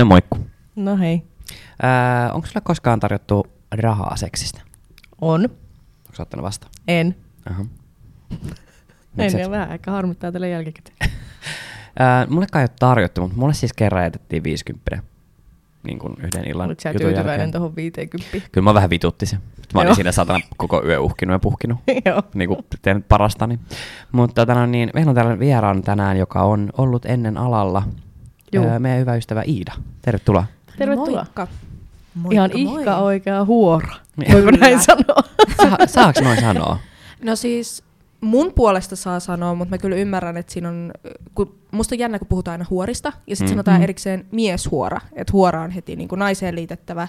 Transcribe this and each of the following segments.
No moikku. No hei. Onko sulle koskaan tarjottu rahaa seksistä? On. Onko sä ottanut vastaan? En. Aha. En, ja vähän aika harmittaa tälle jälkikäteen. Mulle kai ei ole tarjottu, mutta mulle siis kerran jätettiin 50 niin kuin yhden illan Olit sä jutun tyytyväinen jälkeen. tuohon 50? Kyllä mä vähän vitutti se. Mä olin siinä satana koko yö uhkinut ja puhkinut. Joo. Niin kuin teen parastani. Mutta meillä on täällä vieraan tänään, joka on ollut ennen alalla. Meidän hyvä ystävä Iida. Tervetuloa. Tervetuloa. Moikka. Ihan moi. ihka oikea huora. Niin. Voiko näin sanoa? Saaks noin sanoa? No siis mun puolesta saa sanoa, mutta mä kyllä ymmärrän, että siinä on, musta on jännä, kun puhutaan aina huorista, ja sitten sanotaan erikseen mieshuora, että huora on heti niin kuin naiseen liitettävä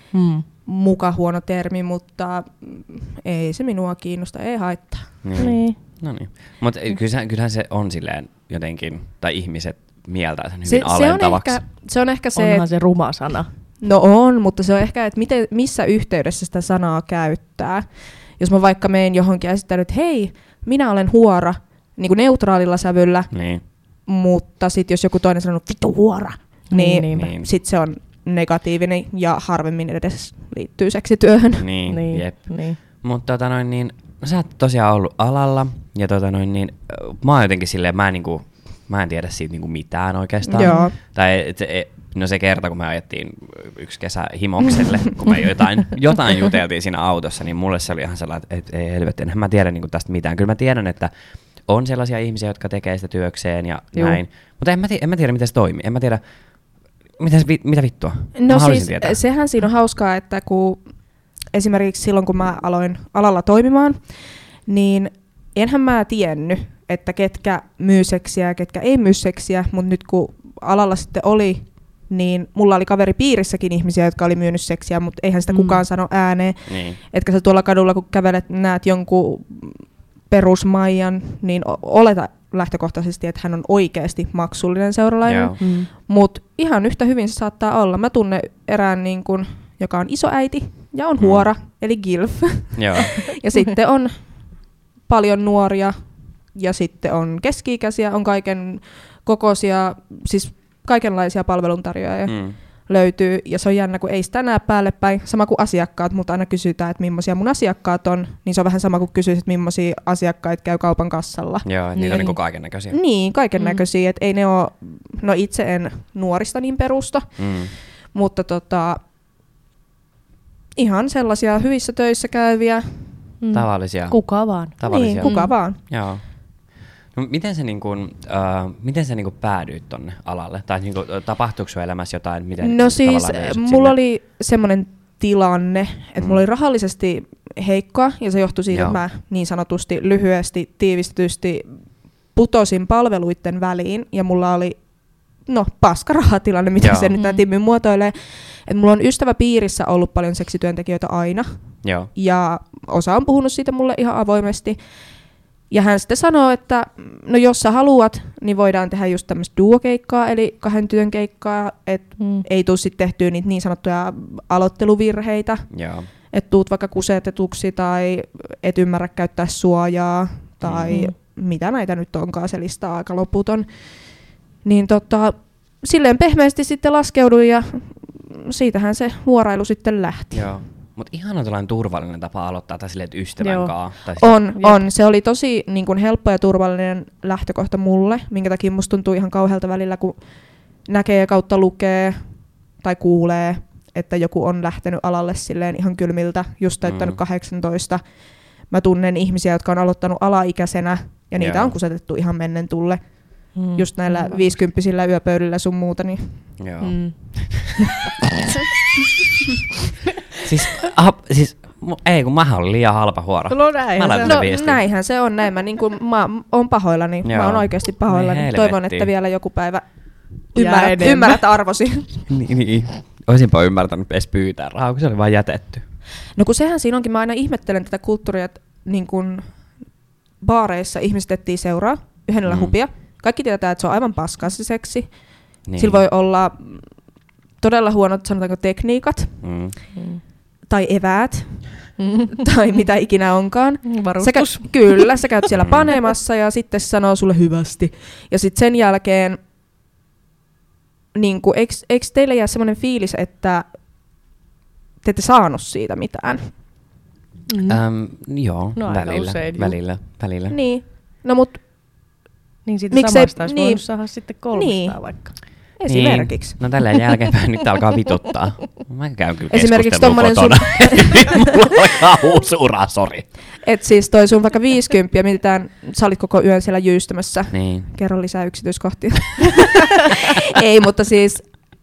muka huono termi, mutta ei se minua kiinnosta, ei haittaa. Niin. No niin. Mutta kyllähän se on silleen jotenkin, tai ihmiset mieltää sen hyvin alentavaksi. Se on ehkä se, Onhan se ruma sana. No on, mutta se on ehkä, että missä yhteydessä sitä sanaa käyttää. Jos mä vaikka menen johonkin ja esittänyt, että hei, minä olen huora, niin kuin neutraalilla sävyllä, Niin. mutta sitten jos joku toinen sanoo, vittu huora, niin Niin. sitten se on negatiivinen ja harvemmin edes liittyy seksityöhön. Niin, jep. Niin. Mutta no sä oot tosiaan ollut alalla, ja mä oon jotenkin silleen, mä en tiedä siitä niinku mitään oikeastaan. Joo. Tai se kerta, kun me ajettiin yksi kesä himokselle, kun me jotain juteltiin siinä autossa, niin mulle se oli ihan sellainen, että ei helvetti, enhän mä tiedä niinku tästä mitään. Kyllä mä tiedän, että on sellaisia ihmisiä, jotka tekee sitä työkseen ja näin, mutta en mä tiedä, miten se toimii. En mä tiedä, mitä vittua. No siis tietää. sehän siinä on hauskaa, että kun esimerkiksi silloin, kun mä aloin alalla toimimaan, niin enhän mä tiennyt, että ketkä myy seksiä ja ketkä ei myy seksiä, mutta nyt kun alalla sitten oli, niin mulla oli kaveripiirissäkin ihmisiä, jotka oli myynyt seksiä, mutta eihän sitä kukaan sano ääneen. Niin. Etkä sä tuolla kadulla, kun kävelet, näet jonkun perusmaijan, niin oleta lähtökohtaisesti, että hän on oikeasti maksullinen seuralainen. Mutta ihan yhtä hyvin se saattaa olla. Mä tunnen erään, niin kun, joka on isoäiti ja on huora, eli gilf. Joo. Ja sitten on paljon nuoria ja sitten on keski-ikäisiä, on kaiken kokoisia, siis kaikenlaisia palveluntarjoajia löytyy. Ja se on jännä, kun ei sitä näe päälle päin. Sama kuin asiakkaat, mutta aina kysytään, että millaisia mun asiakkaat on. Niin se on vähän sama kuin kysyisit, että millaisia asiakkaita käy kaupan kassalla. Joo, niitä on niinku kaiken näköisiä. Niin, kaiken näköisiä. Että ei ne ole, no itse en nuorista niin perusta, mutta ihan sellaisia hyvissä töissä käyviä. Tavallisia. Kuka vaan. Niin, kuka vaan. Joo. No, miten sä päädyit tonne alalle? Tai tapahtuiko sun elämässä jotain? No siis mulla oli semmoinen tilanne, että mulla oli rahallisesti heikkoa, ja se johtui siitä, että mä niin sanotusti lyhyesti, tiivistetysti putosin palveluiden väliin, ja mulla oli paskarahatilanne, mitä se nyt Timmin muotoilee. Että mulla on ystäväpiirissä ollut paljon seksityöntekijöitä aina, ja osa on puhunut siitä mulle ihan avoimesti. Ja hän sitten sanoo, että no jos sä haluat, niin voidaan tehdä just tämmöistä duokeikkaa, eli 2 työn keikkaa, että ei tule sitten tehtyä niitä niin sanottuja aloitteluvirheitä, että tuut vaikka kusetetuksi tai et ymmärrä käyttää suojaa tai mitä näitä nyt onkaan, se listaa aika loputon. Niin silleen pehmeästi sitten laskeuduin ja siitähän se huorailu sitten lähti. Joo. Mutta ihan on tällainen turvallinen tapa aloittaa tai silleen, että ystävän kanssa. On. Se oli tosi niin kun helppo ja turvallinen lähtökohta mulle, minkä takia musta tuntuu ihan kauhealta välillä, kun näkee kautta lukee tai kuulee, että joku on lähtenyt alalle silleen ihan kylmiltä, just täyttänyt 18. Mä tunnen ihmisiä, jotka on aloittanut alaikäisenä, ja niitä on kusetettu ihan mennen tulle. Just näillä 50-sillä yöpöydillä sun muuta. Niin. Joo. Siis ei, kun mähän olin liian halpa huora. No näinhän se on. Näin mä oon pahoillani. Mä oon oikeasti pahoillani. Toivon, että vielä joku päivä ymmärrät arvosi. Niin. Olisinpa ymmärtänyt edes pyytää rahaa, kun se oli vaan jätetty. No kun sehän siinä onkin. Mä aina ihmettelen tätä kulttuuria, että niin kun baareissa ihmiset etsii seuraa yhdellä hupia. Kaikki tietää, että se on aivan paskaa se seksi. Niin. Sillä voi olla todella huonot, sanotaanko, tekniikat. Tai eväät, tai mitä ikinä onkaan. Varustus. Kyllä, sä käyt siellä paneemassa ja sitten se sanoo sulle hyvästi. Ja sitten sen jälkeen niinku, eikö teille jää semmoinen fiilis, että te ette saanut siitä mitään? Joo, No, välillä. Niin, no mut niin siitä samasta olisi voinut saada sitten 300 vaikka. Esimerkiksi. Niin. No tälleen jälkeenpäin nyt alkaa vituttaa. Mä käyn kyllä esimerkiksi keskustelua kotona. Mulla on ihan uusi ura, sori. Et siis toi sun vaikka 50 ja mietitään, sä olit koko yön siellä jyystämässä. Niin. Kerro lisää yksityiskohtia. Ei, mutta siis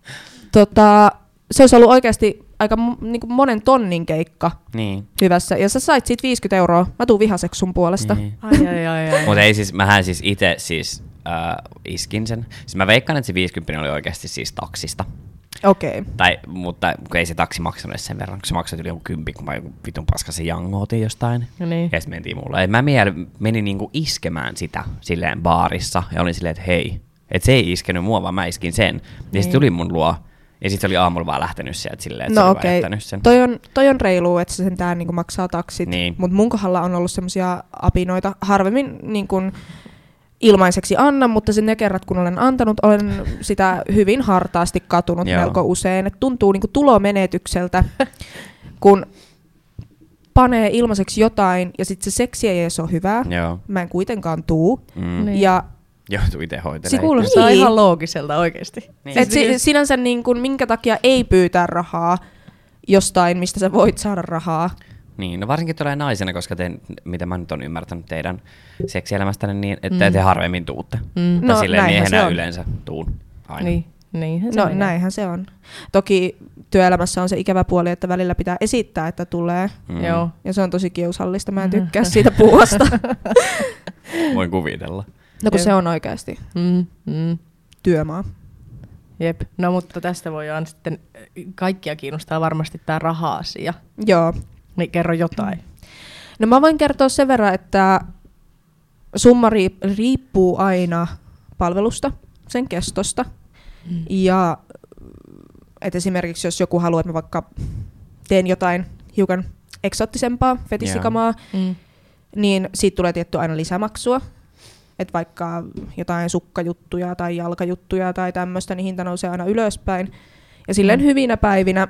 se olisi ollut oikeasti aika niinku monen tonnin keikka hyvässä. Ja sä sait siitä 50 €. Mä tuun vihaseksi sun puolesta. Niin. Ai. Mutta ei siis, mähän siis itse siis iskin sen. Siis mä veikkaan, että se 50 oli oikeasti siis taksista. Okei. Mutta kun ei se taksi maksanut sen verran, kun se maksoi yli joku 10, kun mä vitun paskasen jangootin jostain. No niin. Ja sitten mentiin mulle. Mä menin niinku iskemään sitä silleen baarissa ja olin silleen, että hei. Että se ei iskenyt mua, vaan mä iskin sen. Ja sitten tuli mun luo. Ja sitten se oli aamulla vaan lähtenyt sieltä silleen, että se oli vaan jättänyt sen. Toi on reilu, että se sentään niinku maksaa taksit. Niin. Mutta mun kohdalla on ollut semmosia apinoita. Harvemmin niinku ilmaiseksi anna, mutta ne kerrat, kun olen antanut, olen sitä hyvin hartaasti katunut melko usein. Et tuntuu niinku tulomenetykseltä, kun panee ilmaiseksi jotain ja sitten se seksi ei edes ole hyvää. Joo. Mä en kuitenkaan tuu. Niin. Ja joutuu itse hoitelemaan. Se kuulostaa ihan loogiselta oikeasti. Niin. Et sinänsä niin kun, minkä takia ei pyytää rahaa jostain, mistä sä voit saada rahaa. Niin, no varsinkin tulee naisena, koska mitä mä nyt on ymmärtänyt teidän seksielämästänne, niin että te harvemmin tuutte. No silleen miehenä on. Yleensä tuun aina. Näinhän se on. Toki työelämässä on se ikävä puoli, että välillä pitää esittää, että tulee. Joo. Ja se on tosi kiusallista. Mä en tykkää siitä puuhasta. Voin kuvitella. No kun se on oikeasti työmaa. Jep. No mutta tästä voidaan sitten, kaikkia kiinnostaa varmasti tää raha-asia. Joo. Niin kerro jotain. No mä voin kertoa sen verran, että summa riippuu aina palvelusta, sen kestosta. Ja et esimerkiksi jos joku haluaa, että mä vaikka teen jotain hiukan eksoottisempaa, fetissikamaa, niin siitä tulee tietty aina lisämaksua. Että vaikka jotain sukkajuttuja tai jalkajuttuja tai tämmöistä, niin hinta nousee aina ylöspäin. Ja silleen hyvinä päivinä,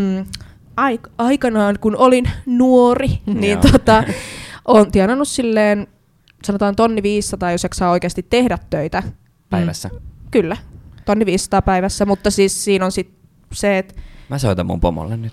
aikanaan kun olin nuori, niin olen tienannut silleen, sanotaan 1 500 €, jos jaksaa oikeasti tehdä töitä. Päivässä? Kyllä, 1 500 € päivässä, mutta siis siinä on sit se, että mä soitan mun pomolle nyt.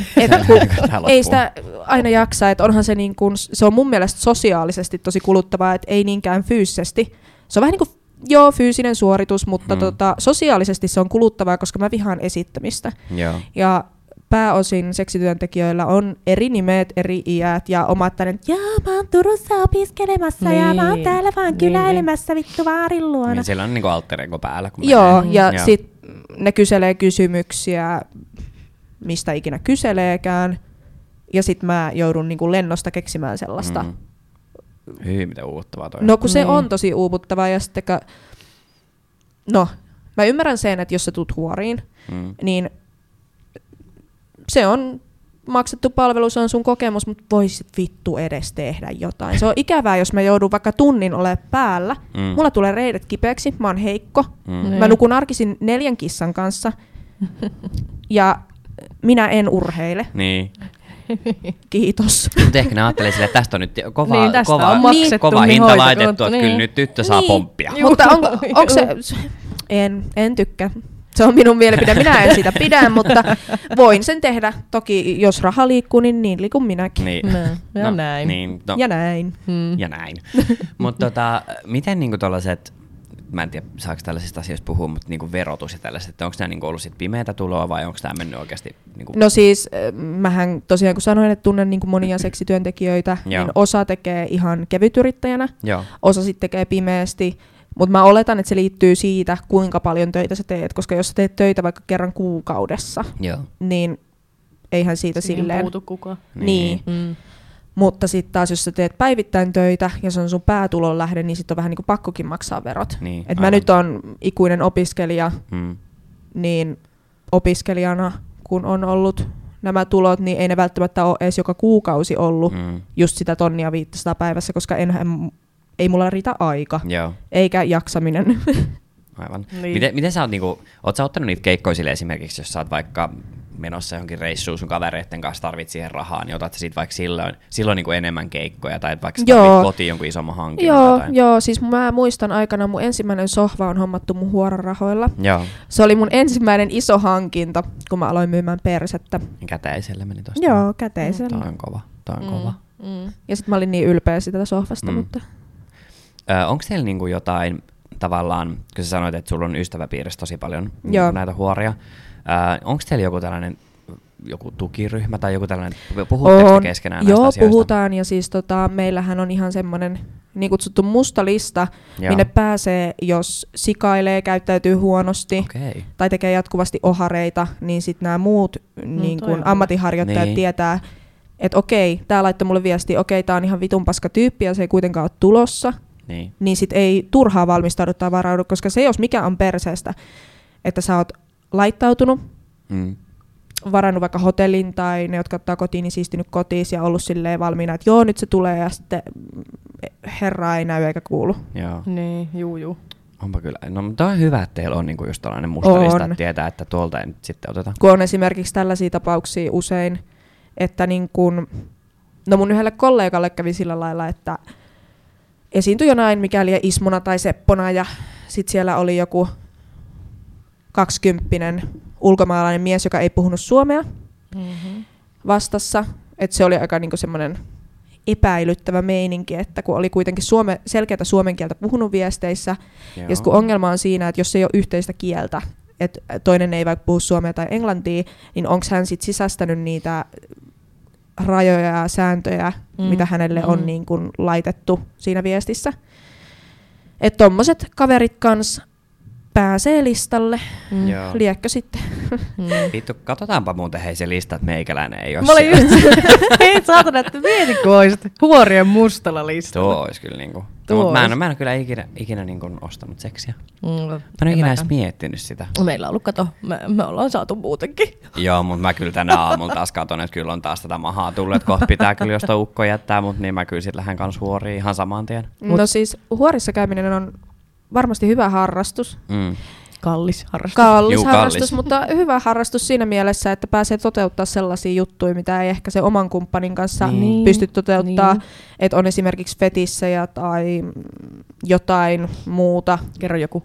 Ei sitä aina jaksa, että onhan se niin kuin, se on mun mielestä sosiaalisesti tosi kuluttavaa, että ei niinkään fyysisesti. Se on vähän niin kuin, fyysinen suoritus, mutta sosiaalisesti se on kuluttavaa, koska mä vihaan esittämistä. Joo. Ja pääosin seksityöntekijöillä on eri nimet, eri iät ja omat tänne, mä oon Turussa opiskelemassa ja mä oon täällä vaan kyläilemässä vittu vaarin luona. Niin siellä on niinku alter ego päällä. Kun ja sit ne kyselee kysymyksiä, mistä ikinä kyseleekään. Ja sit mä joudun niinku lennosta keksimään sellaista. Hyvin mitä uuvuttavaa toi. No kun se on tosi uuvuttavaa ja sitten mä ymmärrän sen, että jos sä tuut huoriin, niin se on maksettu palvelu, se on sun kokemus, mutta voisit vittu edes tehdä jotain. Se on ikävää, jos mä joudun vaikka tunnin olemaan päällä. Mulla tulee reidet kipeäksi, mä oon heikko. Mä nukun arkisin 4 kissan kanssa. Ja minä en urheile. Niin. Kiitos. Mutta ehkä ne ajattelee sille, että tästä on nyt kova niin hinta laitettu, että kyllä nyt tyttö saa pomppia. Mutta onko se... En tykkää. Se on minun mielipide. Minä en sitä pidä, mutta voin sen tehdä. Toki jos raha liikkuu, niin liikun minäkin. Niin. Ja näin. Niin, ja näin. Ja näin. Mutta miten niinku tollaset, mä en tiedä saako tällaisista asioista puhua, mutta niinku verotus ja tällaiset, että onko nämä niinku ollut sit pimeätä tuloa vai onko tämä mennyt oikeasti? Niinku... No siis, mähän tosiaan kun sanoin, että tunnen niinku monia seksityöntekijöitä, niin osa tekee ihan kevytyrittäjänä, osa sitten tekee pimeästi. Mutta mä oletan, että se liittyy siitä, kuinka paljon töitä sä teet, koska jos sä teet töitä vaikka kerran kuukaudessa, niin eihän siitä silleen... puutu kukaan. Niin. Mutta sitten taas, jos sä teet päivittäin töitä ja se on sun päätulon lähde, niin sitten on vähän niin kuin pakkokin maksaa verot. Niin, et mä nyt on ikuinen opiskelija, niin opiskelijana, kun on ollut nämä tulot, niin ei ne välttämättä ole edes joka kuukausi ollut just sitä 1 500 € päivässä, koska ei mulla riitä aika, eikä jaksaminen Aivan. Niin. Miten sä oot, niinku, oot sä ottanut niitä keikkoja sille esimerkiksi, jos sä oot vaikka menossa johonkin reissuun sun kavereitten kanssa, tarvit siihen rahaa, niin otat sä sit vaikka silloin niinku enemmän keikkoja, tai vaikka sä tarvit kotiin jonkun isomman hankinnan? Joo, siis mä muistan aikana mun ensimmäinen sohva on hommattu mun huorarahoilla. Joo. Se oli mun ensimmäinen iso hankinta, kun mä aloin myymään persettä. Käteiselle meni tosta. Joo, käteiselle. Toi on kova. Ja sit mä olin niin ylpeä sitä sohvasta, mutta... Onko teillä niinku jotain tavallaan, kun sä sanoit, että sulla on ystäväpiirissä tosi paljon näitä huoria, onko teillä joku tällainen joku tukiryhmä tai joku tällainen, puhutteko te keskenään näistä asioista? Joo, puhutaan, ja siis meillähän on ihan semmoinen niin kutsuttu musta lista, minne pääsee, jos sikailee, käyttäytyy huonosti tai tekee jatkuvasti ohareita, niin sitten nämä muut niin kun ammatinharjoittajat tietää, että okei, tää laittoi mulle viesti, okei, tää on ihan vitun paska tyyppi ja se ei kuitenkaan ole tulossa, niin sit ei turhaa valmistaudu tai varaudu, koska se jos mikä on perseestä, että sä oot laittautunut, varannut vaikka hotellin tai ne, jotka ottaa kotiin, niin siistinyt kotiin ja ollut silleen valmiina, että joo, nyt se tulee ja sitten herra ei näy eikä kuulu. Joo. Niin, juu. Onpa kyllä. No, mutta on hyvä, että teillä on niinku just tällainen mustalista, että tietää, että tuolta ei nyt sitten oteta. Kun on esimerkiksi tällaisia tapauksia usein, että niin kun, no mun yhdelle kollegalle kävi sillä lailla, että esiintyi jonain mikäli Ismona tai Seppona ja sit siellä oli joku 20 ulkomaalainen mies, joka ei puhunut suomea vastassa. Että se oli aika niinku semmoinen epäilyttävä meininki, että kun oli kuitenkin selkeätä suomen kieltä puhunut viesteissä, ja kun ongelma on siinä, että jos ei ole yhteistä kieltä, että toinen ei vaikka puhu suomea tai englantia, niin onko hän sitten sisäistänyt niitä rajoja ja sääntöjä, mitä hänelle on niin kuin laitettu siinä viestissä. Että tommoset kaverit kans pääsee listalle. Liekkö sitten? Vittu, katsotaanpa muuten hei se lista, että meikäläinen ei ole mä olin just, hei saatana, että mietitkö oisit huorien mustalla listalla. Tuo olisi kyllä niinku. Mutta mä en ole kyllä ikinä niinku ostanut seksiä. Mä en ole ikinä edes miettinyt sitä. Meillä on ollut, kato, me ollaan saatu muutenkin. Joo, mutta mä kyllä tänä aamulla taas katon, että kyllä on taas tätä mahaa tullut, että kohta pitää kyllä jostain ukko jättää, mutta niin mä kyllä sit lähden kans huoriin ihan saman tien. No siis huorissa käyminen on varmasti hyvä harrastus. Kallis harrastus. Harrastus, mutta hyvä harrastus siinä mielessä, että pääsee toteuttaa sellaisia juttuja, mitä ei ehkä se oman kumppanin kanssa pysty toteuttaa. Että on esimerkiksi fetissejä tai jotain muuta. Kerro joku.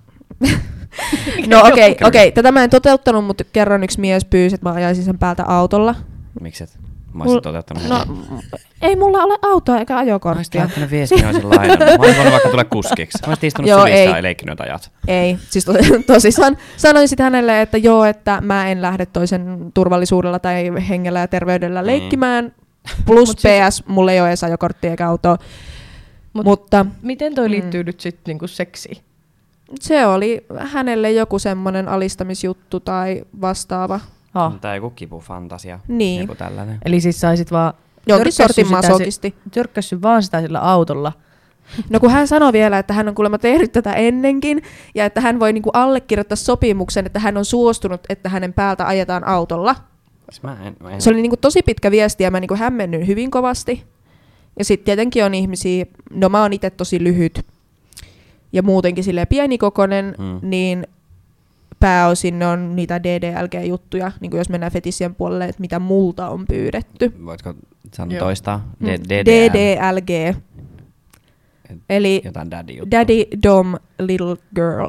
No okei. Tätä mä en toteuttanut, mutta kerran yksi mies pyysi, että mä ajaisin sen päältä autolla. Mikset? Mä olisin toteuttanut. No, ei mulla ole autoa eikä ajokorttia. Mä olisin laittanut viestin, olisin lainannut. Mä olisin voinut vaikka tulla kuskiksi. Mä olisin istunut sun listaa ja leikkinyt ajat. Ei, siis tosissaan sanoin sitten hänelle, että joo, että mä en lähde toisen turvallisuudella tai hengellä ja terveydellä leikkimään. Plus PS, mulla ei ole edes ajokorttia eikä autoa. Mutta miten toi liittyy nyt sitten niinku seksiin? Se oli hänelle joku semmoinen alistamisjuttu tai vastaava. Tai joku kipufantasia. Niin. Joku tällainen. Eli siis saisit vaan jonkin sortin masokisti. Törkkässy vaan sitä sillä autolla. No kun hän sanoi vielä, että hän on kuulemma tehnyt tätä ennenkin, ja että hän voi niinku allekirjoittaa sopimuksen, että hän on suostunut, että hänen päältä ajetaan autolla. Se oli niinku tosi pitkä viesti, ja mä niinku hämmennyin hyvin kovasti. Ja sitten tietenkin on ihmisiä, no mä oon itse tosi lyhyt, ja muutenkin silleen pienikokoinen, niin pääosin ne on niitä DDLG-juttuja, niin kuin jos mennään fetissien puolelle, että mitä multa on pyydetty. Voitko sanoa toistaa? DDLG. Eli Daddy, Dom, Little Girl.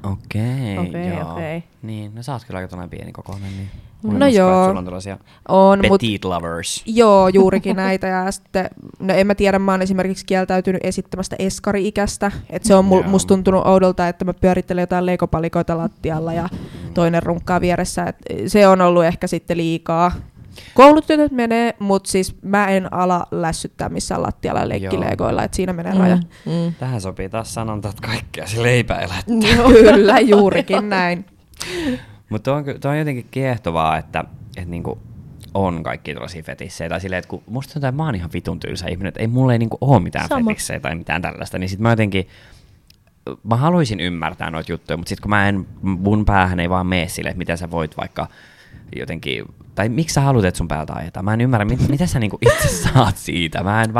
Okei. Niin, no sä oot kyllä aika tuollainen pieni kokoinen. Niin no joo. Sulla on tällaisia petite lovers. Joo, juurikin näitä. Ja sitten, no en mä tiedä, mä oon esimerkiksi kieltäytynyt esittämästä eskari-ikästä. Että se on musta tuntunut oudolta, että mä pyörittelen jotain leikopalikoita lattialla ja toinen runkkaa vieressä. Et se on ollut ehkä sitten liikaa. Koulutytöt menee, mutta siis mä en ala lässyttää missään lattialla leikkileikoilla, että siinä menee raja. Tähän sopii taas sanonta, että kaikkea se leipä elättää. Kyllä, juurikin näin. Mutta tuo on jotenkin kiehtovaa, että niinku on kaikki tällaisia fetissejä. Tai silleen, että kun musta tuntuu, että mä oon ihan vitun tylsä ihminen, että ei mulla ei niinku ole mitään fetissejä tai mitään tällaista, niin sit mä jotenkin, mä haluaisin ymmärtää noita juttuja, mutta sit kun mun päähän ei vaan mene silleen, että mitä sä voit vaikka jotenkin, tai miksi sä haluat, että sun päältä ajetaan? Mä en ymmärrä, mitä sä niinku itse saat siitä. Mä en vaan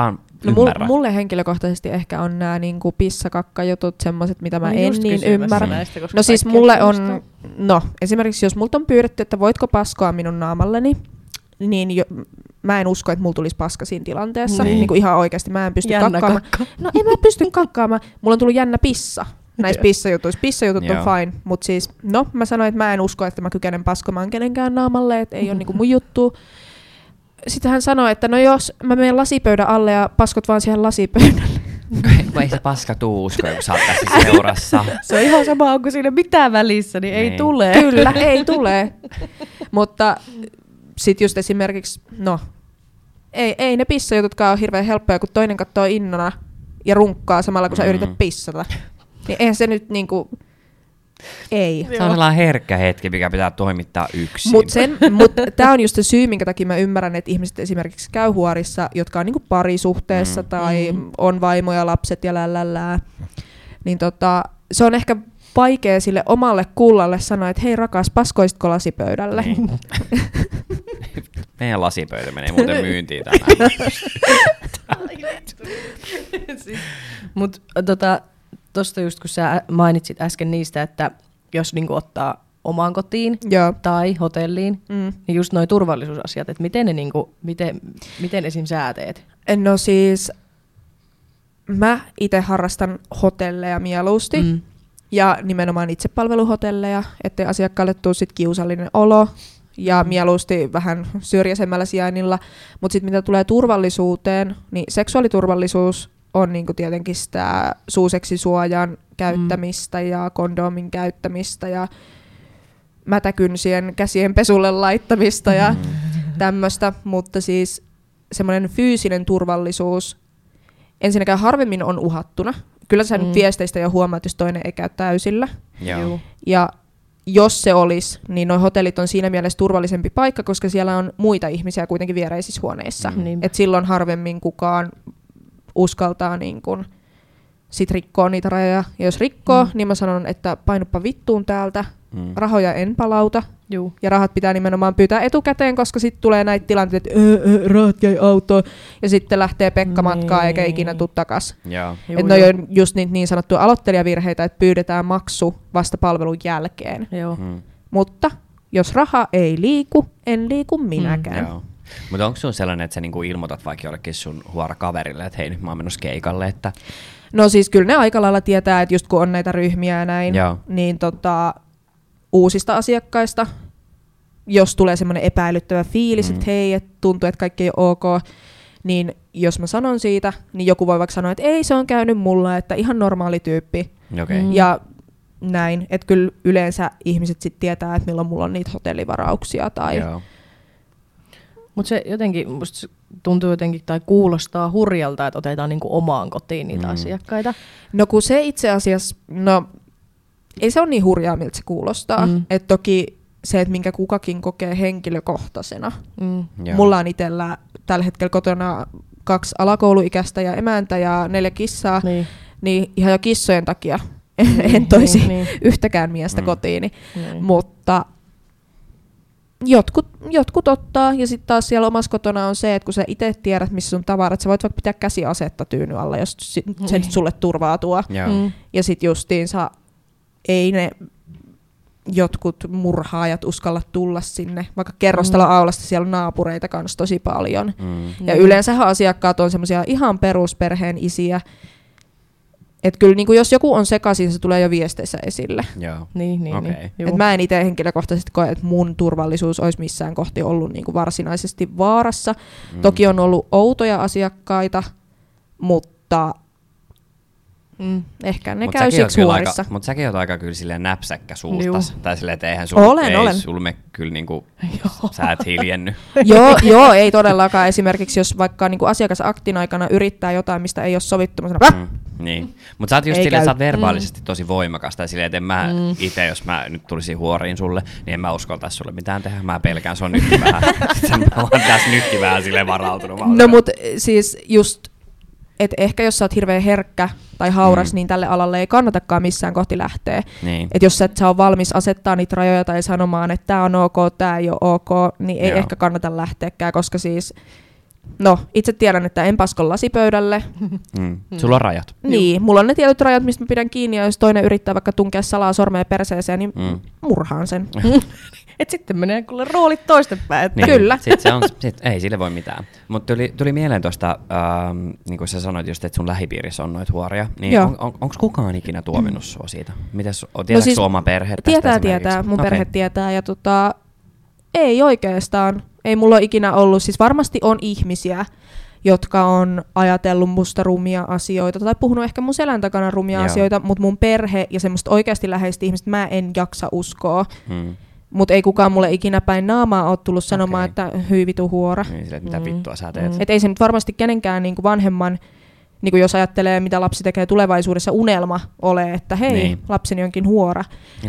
ymmärrä. Mulle henkilökohtaisesti ehkä on nämä niinku pissakakkajutut, semmoiset, mitä mä en niin ymmärrä. Näistä, no siis mulle on, esimerkiksi jos multa on pyydetty, että voitko paskoa minun naamalleni, niin mä en usko, että mulla tulisi paska siinä tilanteessa. Niin kuin ihan oikeasti, mä en pysty kakkaamaan. No en mä pysty kakkaamaan. Mulla on tullut jännä pissa näissä pissajutuissa. Pissajutut on fine, mutta siis, mä sanoin, että mä en usko, että mä kykenen paskomaan kenenkään naamalle, että ei ole niinku mun juttu. Sitten hän sanoi, että no jos mä menen lasipöydän alle ja paskot vaan siihen lasipöydälle. Ei se paska tuu usko, kun sä oot tässä seurassa. Se on ihan sama, onko siinä mitään välissä, niin ei tule. Kyllä, ei tule. Mutta sitten just esimerkiksi, ei ne pissajututkaan ole hirveän helppoja, kun toinen katsoo innona ja runkkaa samalla, kun sä yrität pissata. Niin eihän se nyt niinku, ei. Se on sellainen herkkä hetki, mikä pitää toimittaa yksin. Mutta tämä on just se syy, minkä takia mä ymmärrän, että ihmiset esimerkiksi käy huorissa, jotka on niinku parisuhteessa tai on vaimo ja lapset ja lällälää. Niin se on ehkä vaikea sille omalle kullalle sanoa, että hei rakas, paskoisitko lasipöydälle? Niin. Meidän lasipöytä menee muuten myyntiin tänään. Mutta tuosta just kun sä mainitsit äsken niistä, että jos niinku ottaa omaan kotiin tai hotelliin, niin just noi turvallisuusasiat, että miten ne niinku, miten esim. Sä teet? No siis mä itse harrastan hotelleja mieluusti ja nimenomaan itsepalveluhotelleja, ettei asiakkaalle tule sit kiusallinen olo ja mieluusti vähän syrjäisemmällä sijainnilla, mutta sitten mitä tulee turvallisuuteen, niin seksuaaliturvallisuus on niinku tietenkin sitä suuseksisuojan käyttämistä ja kondoomin käyttämistä ja mätäkynsien käsien pesulle laittamista ja tämmöistä, mutta siis semmoinen fyysinen turvallisuus ensinnäkään harvemmin on uhattuna. Kyllä sä nyt viesteistä jo huomaat, jos toinen ei käy täysillä. Ja jos se olisi, niin nuo hotellit on siinä mielessä turvallisempi paikka, koska siellä on muita ihmisiä kuitenkin viereisissä huoneissa. Et silloin harvemmin kukaan uskaltaa niin kun sit rikkoa niitä rajoja. Ja jos rikkoo, niin mä sanon, että painuppa vittuun täältä. Rahoja en palauta. Ja rahat pitää nimenomaan pyytää etukäteen, koska sitten tulee näitä tilanteita, että rahat jäi autoon. Ja sitten lähtee Pekka matkaa eikä ikinä tuu takas. Että ne on just niitä niin sanottuja aloittelijavirheitä, että pyydetään maksu vasta palvelun jälkeen. Mutta jos raha ei liiku, en liiku minäkään. Mutta onko sun sellainen, että sä niinku ilmoitat vaikka jollekin sun huorakaverille, että hei nyt mä oon menossa keikalle? Että... No siis kyllä ne aika lailla tietää, että just kun on näitä ryhmiä ja näin, niin uusista asiakkaista, jos tulee semmoinen epäilyttävä fiilis, että hei, et tuntuu, että kaikki ei ole ok, niin jos mä sanon siitä, niin joku voi vaikka sanoa, että ei, se on käynyt mulla, että ihan normaali tyyppi. Ja näin, että kyllä yleensä ihmiset sitten tietää, että milloin mulla on niitä hotellivarauksia tai... Mutta se jotenkin, musta tuntuu jotenkin tai kuulostaa hurjalta, että otetaan niinku omaan kotiin niitä asiakkaita. No kun se itse asiassa, ei se ole niin hurjaa, miltä se kuulostaa. Että toki se, että minkä kukakin kokee henkilökohtaisena. Mulla on itsellä tällä hetkellä kotona 2 alakouluikäistä ja emäntä ja 4 kissaa. Niin ihan jo kissojen takia en toisi yhtäkään miestä kotiini. Mutta... Jotkut ottaa, ja sitten taas siellä omassa kotona on se, että kun sä itse tiedät, missä sun tavarat, sä voit vaikka pitää käsiasetta tyynyn alla, jos se nyt sulle turvaa tuo. Ja sitten justiinsa ei ne jotkut murhaajat uskalla tulla sinne, vaikka kerrostalo-aulasta siellä on naapureita kanssa tosi paljon. Ja yleensähän asiakkaat on semmoisia ihan perusperheen isiä, että kyllä niin jos joku on sekaisin, se tulee jo viesteissä esille. Et mä en itse henkilökohtaisesti koe, että mun turvallisuus olisi missään kohti ollut niin varsinaisesti vaarassa. Toki on ollut outoja asiakkaita, mutta ehkä ne käy siksi huorissa. Mutta säkin oot aika kyllä silleen näpsäkkä suustas. Tai silleen, että eihän sul me kyllä niinku, sä et hiljenny. Joo, ei todellakaan. Esimerkiksi jos vaikka niinku asiakasaktin aikana yrittää jotain, mistä ei ole sovittu, mä sanon, niin. Mutta sä oot just silleen, että sä oot verbaalisesti tosi voimakas. Tai silleen, että en mä itse, jos mä nyt tulisin huoriin sulle, niin en mä uskaltaisi sulle mitään tehdä. Mä pelkään, se on nytkin vähän. Mä oon tässä nytkin vähän silleen varautunut. No mut siis just, että ehkä jos sä oot hirveän herkkä tai hauras, niin tälle alalle ei kannatakaan missään kohti lähteä. Että jos sä oot valmis asettaa niitä rajoja tai sanomaan, että tää on ok, tää ei ole ok, niin ei ehkä kannata lähteäkään, koska siis No, itse tiedän, että en pasko lasipöydälle. Sulla on rajat. Niin, mulla on ne tietyt rajat, mistä mä pidän kiinni, ja jos toinen yrittää vaikka tunkea salaa sormea perseeseen, niin murhaan sen. Et sitten menee kuule roolit toistenpäin. Niin. Kyllä. Ei sille voi mitään. Mutta tuli mieleen tuosta, niin kuin sä sanoit just, että sun lähipiirissä on noita huoria. Niin onko kukaan ikinä tuominnut sua siitä? Tiedätkö sun oma perhe tästä Tietää. Mun perhe tietää. Ja ei oikeastaan. Ei mulla ole ikinä ollut. Siis varmasti on ihmisiä, jotka on ajatellut musta rumia asioita tai puhunut ehkä mun selän takana rumia asioita, mutta mun perhe ja semmoista oikeasti läheistä ihmistä mä en jaksa uskoa. Mutta ei kukaan mulle ikinä päin naamaa ole tullut sanomaan, että hyi vitu huora. Niin, sille, mitä vittua sä teet. Et ei se nyt varmasti kenenkään niinku vanhemman, niinku jos ajattelee, mitä lapsi tekee tulevaisuudessa, unelma ole, että hei, lapseni onkin huora.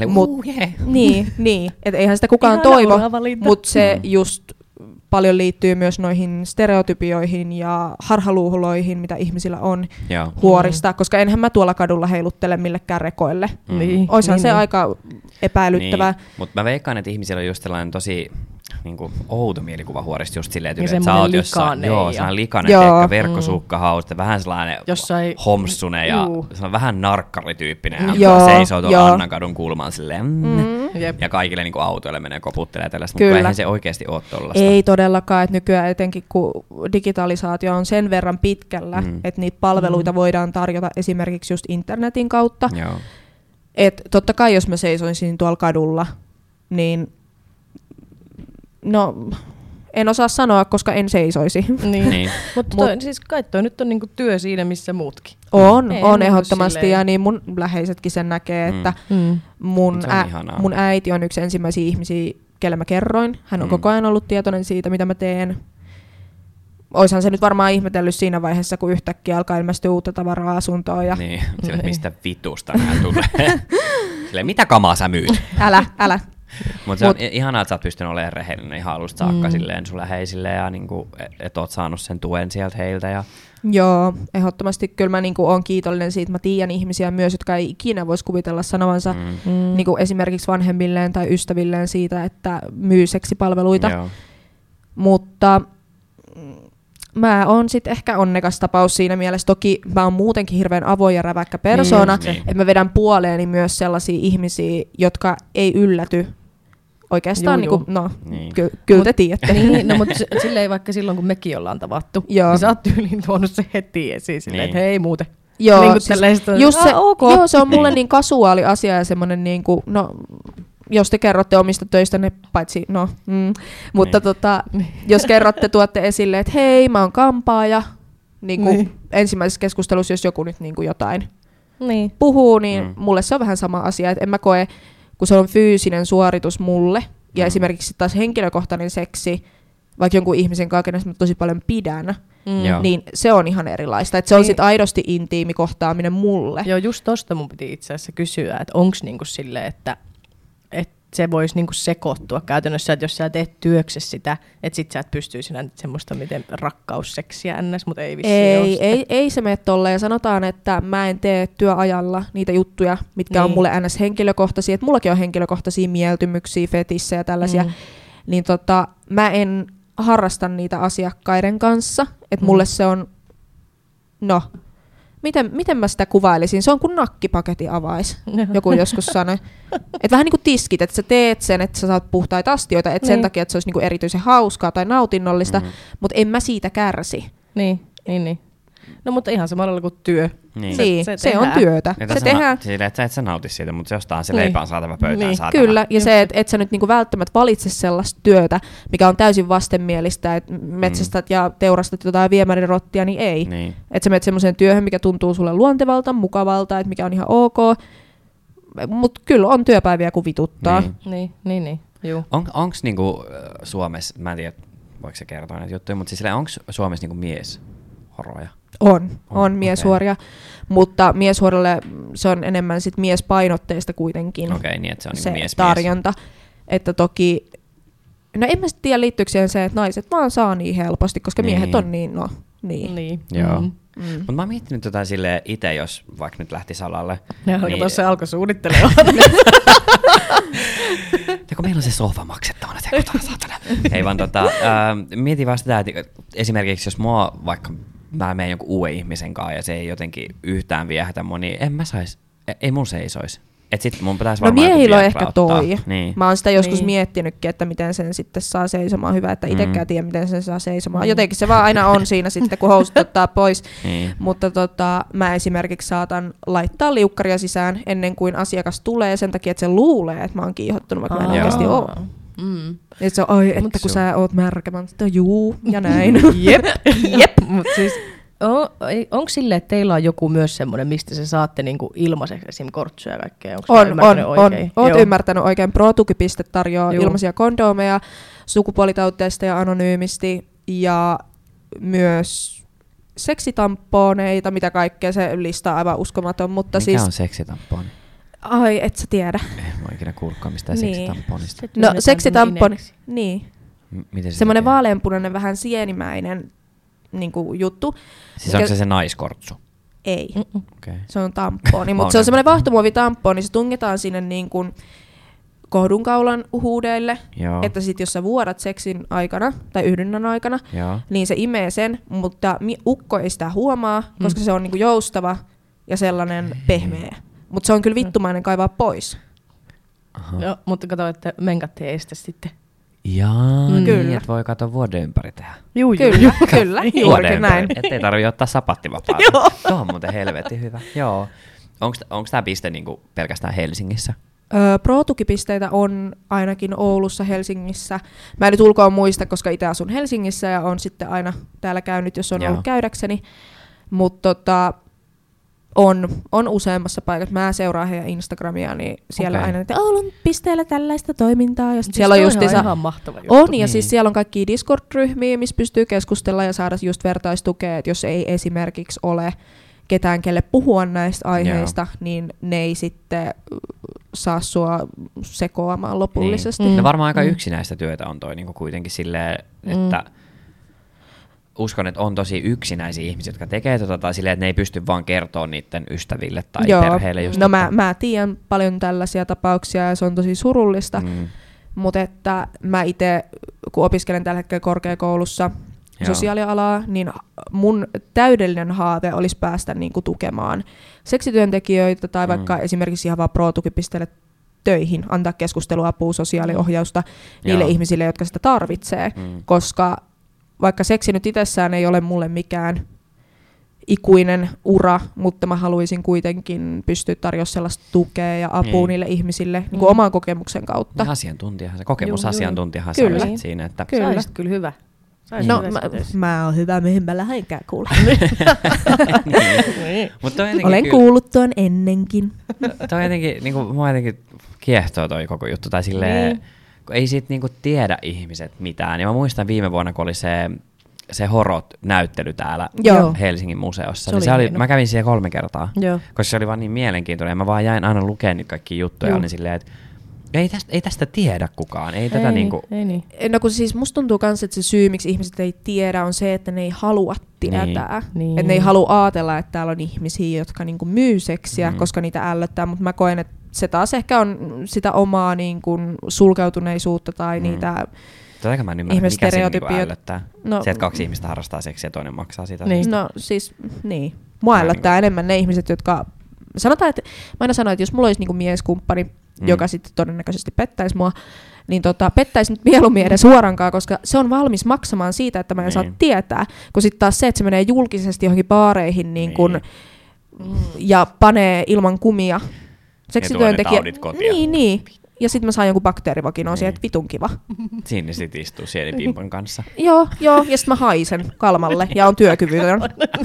Niin, että eihän sitä kukaan toivo, mutta se just paljon liittyy myös noihin stereotypioihin ja harhaluuloihin, mitä ihmisillä on huorista, koska enhän mä tuolla kadulla heiluttele millekään rekoille. Oishan se aika epäilyttävää. Niin. Mutta mä veikkaan, että ihmisillä on just sellainen tosi niinku outo mielikuva huorista just silleen, että sä oot jossain likainen, verkkosukkahaus, vähän sellainen homssunen ja vähän narkkarityyppinen, ja seisoo tuolla Annankadun kulmaan silleen, ja kaikille niinku autoille menee koputtelee tällaista, mutta eihän se oikeasti ole tollaista. Ei todellakaan, että nykyään etenkin kun digitalisaatio on sen verran pitkällä, että niitä palveluita voidaan tarjota esimerkiksi just internetin kautta. Että totta kai jos mä seisoisin tuolla kadulla, niin no en osaa sanoa, koska en seisoisi. Niin. Mutta siis kai toi nyt on niinku työ siinä, missä muutkin. On ehdottomasti, ja niin mun läheisetkin sen näkee, että mun äiti on yksi ensimmäisiä ihmisiä, kelle mä kerroin. Hän on koko ajan ollut tietoinen siitä, mitä mä teen. Oishan se nyt varmaan ihmetellyt siinä vaiheessa, kun yhtäkkiä alkaa ilmestyä uutta tavaraa asuntoon. Ja niin, sille, mistä vitusta nää tulee. Sille, mitä kamaa sä myyt? Älä. Mutta se on ihanaa, että sä oot pystynyt olemaan rehellinen ihan alusta saakka silleen sun läheisille ja niinku, että oot saanut sen tuen sieltä heiltä. Ja joo, ehdottomasti kyllä mä niinku oon kiitollinen siitä. Mä tiedän ihmisiä myös, jotka ei ikinä voisi kuvitella sanovansa niinku esimerkiksi vanhemmilleen tai ystävilleen siitä, että myy seksipalveluita. Mutta mä oon sit ehkä onnekas tapaus siinä mielessä. Toki mä oon muutenkin hirveän avoin ja räväkkä persoona, että mä vedän puoleeni myös sellaisia ihmisiä, jotka ei ylläty. Oikeastaan kyllä te tiedätte. Niin, mutta silleen vaikka silloin, kun mekin ollaan tavattu, niin sä oot tyyliin tuonut se heti esiin silleen, että hei muuten. Joo, niin se on mulle niin kasuaali asia ja semmoinen niinku, jos te kerrotte omista töistänne, paitsi mutta jos tuotte esille, että hei, mä oon kampaaja, ensimmäisessä keskustelussa, jos joku nyt jotain puhuu, niin mulle se on vähän sama asia, että en mä koe, kun se on fyysinen suoritus mulle, ja esimerkiksi taas henkilökohtainen seksi, vaikka jonkun ihmisen kanssa, kenestä mä tosi paljon pidän, niin se on ihan erilaista. Että se on sit aidosti intiimi kohtaaminen mulle. Joo, just tosta mun piti itse asiassa kysyä, että onks niinku silleen, että se voisi niinku sekoittua käytännössä, että jos sä teet työksessä sitä, että sit sä et pystyisi näin semmoista miten rakkausseksiä ns, mutta ei vissiin ei se mene tolleen. Sanotaan, että mä en tee työajalla niitä juttuja, mitkä on mulle ns henkilökohtaisia, että mullakin on henkilökohtaisia mieltymyksiä, fetissejä ja tällaisia, niin mä en harrasta niitä asiakkaiden kanssa, että mulle se on, miten mä sitä kuvailisin? Se on kuin nakkipaketin avais, joku joskus sanoi. Että vähän niin kuin tiskit, että sä teet sen, että sä saat puhtaita astioita, että sen takia, että se olisi niin kuin erityisen hauskaa tai nautinnollista, mutta en mä siitä kärsi. Niin. No mutta ihan samalla kuin työ. Niin. Se on työtä. Se tehdään. Sille, että sä et sä nauti siitä, mutta se jostain se leipä on saatava pöytään saatava. Kyllä, ja se, että et sä nyt niinku välttämättä valitse sellaista työtä, mikä on täysin vastenmielistä, että metsästät ja teurastat jotain viemärirottia, niin ei. Niin. Että sä menet semmoiseen työhön, mikä tuntuu sulle luontevalta, mukavalta, että mikä on ihan ok, mutta kyllä on työpäiviä, kun vituttaa. Niin. Onko niinku Suomessa, mä en tiedä, voiko se kertoa näitä juttuja, mutta siis onko Suomessa niinku mieshoroja? On mieshuoria, mutta mieshuorille se on enemmän sit miespainotteista kuitenkin. Okei, niin että se on se mies. tarjonta. Että toki, no en mä sitten tiedä liittyykö siihen se, että naiset vaan saa niin helposti, koska miehet on niin. Joo. Mutta mä oon miettinyt silleen itse, jos vaikka nyt lähti salalle. Tuossa alkoi suunnittelemaan. kun meillä on se sohva maksettavana, siellä kotona, saatana. Hei vaan mietin vaan sitä, että esimerkiksi jos mä menen jonkun uuden ihmisen kanssa ja se ei jotenkin yhtään viehätä mua, niin ei mun seisoisi. Et sit mun pitäisi varmaan miehillä on ehkä toi. Niin. Mä oon sitä joskus miettinytkin, että miten sen sitten saa seisomaan. Hyvä, että itsekään tiedä, miten sen saa seisomaan. Jotenkin se vaan aina on siinä sitten, kun housut ottaa pois. Mutta mä esimerkiksi saatan laittaa liukkaria sisään ennen kuin asiakas tulee sen takia, että se luulee, että mä oon kiihottunut, vaikka mä en oikeasti oo. Et se on, että kun sä oot märkä, mä oon sitä juu ja näin. Jep. Mut siis onko silleen, että teillä on joku myös semmoinen, mistä se saatte niinku ilmaiseksi esim. Kortsuja ja kaikkea? On. Oot ymmärtänyt oikein. ProTuki.fi tarjoaa ilmaisia kondomeja, sukupuolitautiteista anonyymisti ja myös seksitamponeita, mitä kaikkea. Se lista on aivan uskomaton. Mutta mikä on seksitamponi? Ai, et sä tiedä. Mä oon ikinä kuullutkaan mistään seksitamponista. No, seksitamponi. Niin. Miten se semmoinen vaaleanpunainen, vähän sienimäinen niinku juttu. Siis onko se naiskortsu? Ei. Okay. Se on tamponi, mutta se on semmoinen vaahtomuovitamponi, se tungetaan sinne niin kuin kohdunkaulan huudeille, että sit jos sä vuodat seksin aikana tai yhdynnän aikana, niin se imee sen, mutta ukko ei sitä huomaa, koska se on niinku joustava ja sellainen pehmeä. Mutta se on kyllä vittumainen kaivaa pois. Joo, mutta kato, että menkat ei estä sitten. Jaa, niin, että voi katsoa vuoden ympäri tehdä. Kyllä, juurikin näin. Ettei tarvitse ottaa sapattivapaata. Tuo on muuten helvetin hyvä. Joo. Onko tämä piste niinku pelkästään Helsingissä? Pro-tukipisteitä on ainakin Oulussa, Helsingissä. Mä en nyt ulkoa muista, koska itse asun Helsingissä ja on sitten aina täällä käynyt, jos on ollut käydäkseni. Mutta on useammassa paikassa. Mä seuraan heidän Instagramia, niin siellä aina, että Oulun pisteellä tällaista toimintaa. Ja siis siellä on ihan mahtava juttu. On, ja siis siellä on kaikkia Discord-ryhmiä, missä pystyy keskustella ja saada just vertaistukea, että jos ei esimerkiksi ole ketään, kelle puhua näistä aiheista, niin ne ei sitten saa sua sekoamaan lopullisesti. No varmaan aika yksinäistä työtä on toi niin kuitenkin silleen, että uskon, että on tosi yksinäisiä ihmisiä, jotka tekee tai silleen, että ne ei pysty vaan kertoa niiden ystäville tai perheille. Just mä tiedän paljon tällaisia tapauksia ja se on tosi surullista, mutta että mä itse, kun opiskelen tällä hetkellä korkeakoulussa sosiaalialaa, niin mun täydellinen haave olisi päästä niinku tukemaan seksityöntekijöitä tai vaikka esimerkiksi ihan vaan pro-tukipisteelle töihin, antaa keskusteluapua, sosiaaliohjausta niille ihmisille, jotka sitä tarvitsee, koska vaikka seksi nyt itsessään ei ole mulle mikään ikuinen ura, mutta mä haluaisin kuitenkin pystyä tarjoamaan sellaista tukea ja apua niille ihmisille niin kuin oman kokemuksen kautta. Asiantuntijahan se, kokemusasiantuntijahan sä olet siinä. Että sä olisit kyllä hyvä. No, mä oon hyvä, mihin mä lähdenkään kuulla. Olen kuullut tuon ennenkin. Toi jotenkin, niin kuin, mua jotenkin kiehtoo toi koko juttu, tai silleen, kun ei siitä niinku tiedä ihmiset mitään. Ja mä muistan viime vuonna, kun oli se Horot-näyttely täällä Helsingin museossa. Mä kävin siellä 3 kertaa, koska se oli vaan niin mielenkiintoinen. Ja mä vaan jäin aina lukemaan niitä kaikkia juttuja. Niin silleen, että ei tästä tiedä kukaan. Ei tätä niinku. No kun siis musta tuntuu kans, että se syy, miksi ihmiset ei tiedä, on se, että ne ei halua tietää. Niin. Että ne ei halua ajatella, että täällä on ihmisiä, jotka niinku myy seksiä, koska niitä ällöttää. Mutta mä koen, että se taas ehkä on sitä omaa niin kuin sulkeutuneisuutta tai niitä mä en ymmärrä, mikä se niinku ällöttää. Se, että 2 ihmistä harrastaa seksiä ja toinen maksaa siitä. Niin. No siis, niin. Mua ällöttää enemmän ne ihmiset, jotka sanotaan, että mä aina sanon, että jos mulla olisi niinku mieskumppani, joka sitten todennäköisesti pettäisi mua, niin pettäisi nyt mieluummin edes suorankaan, koska se on valmis maksamaan siitä, että mä en saa tietää. Kun sitten taas se, että se menee julkisesti johonkin baareihin niin kun, ja panee ilman kumia seksityöntekijä. Niin. Ja sitten mä saan jonkun bakteerivakinoon siihen, että vitun kiva. Siinä sit istuu sienipimpan kanssa. Joo, ja sitten mä haisen kalmalle ja on työkyvytön.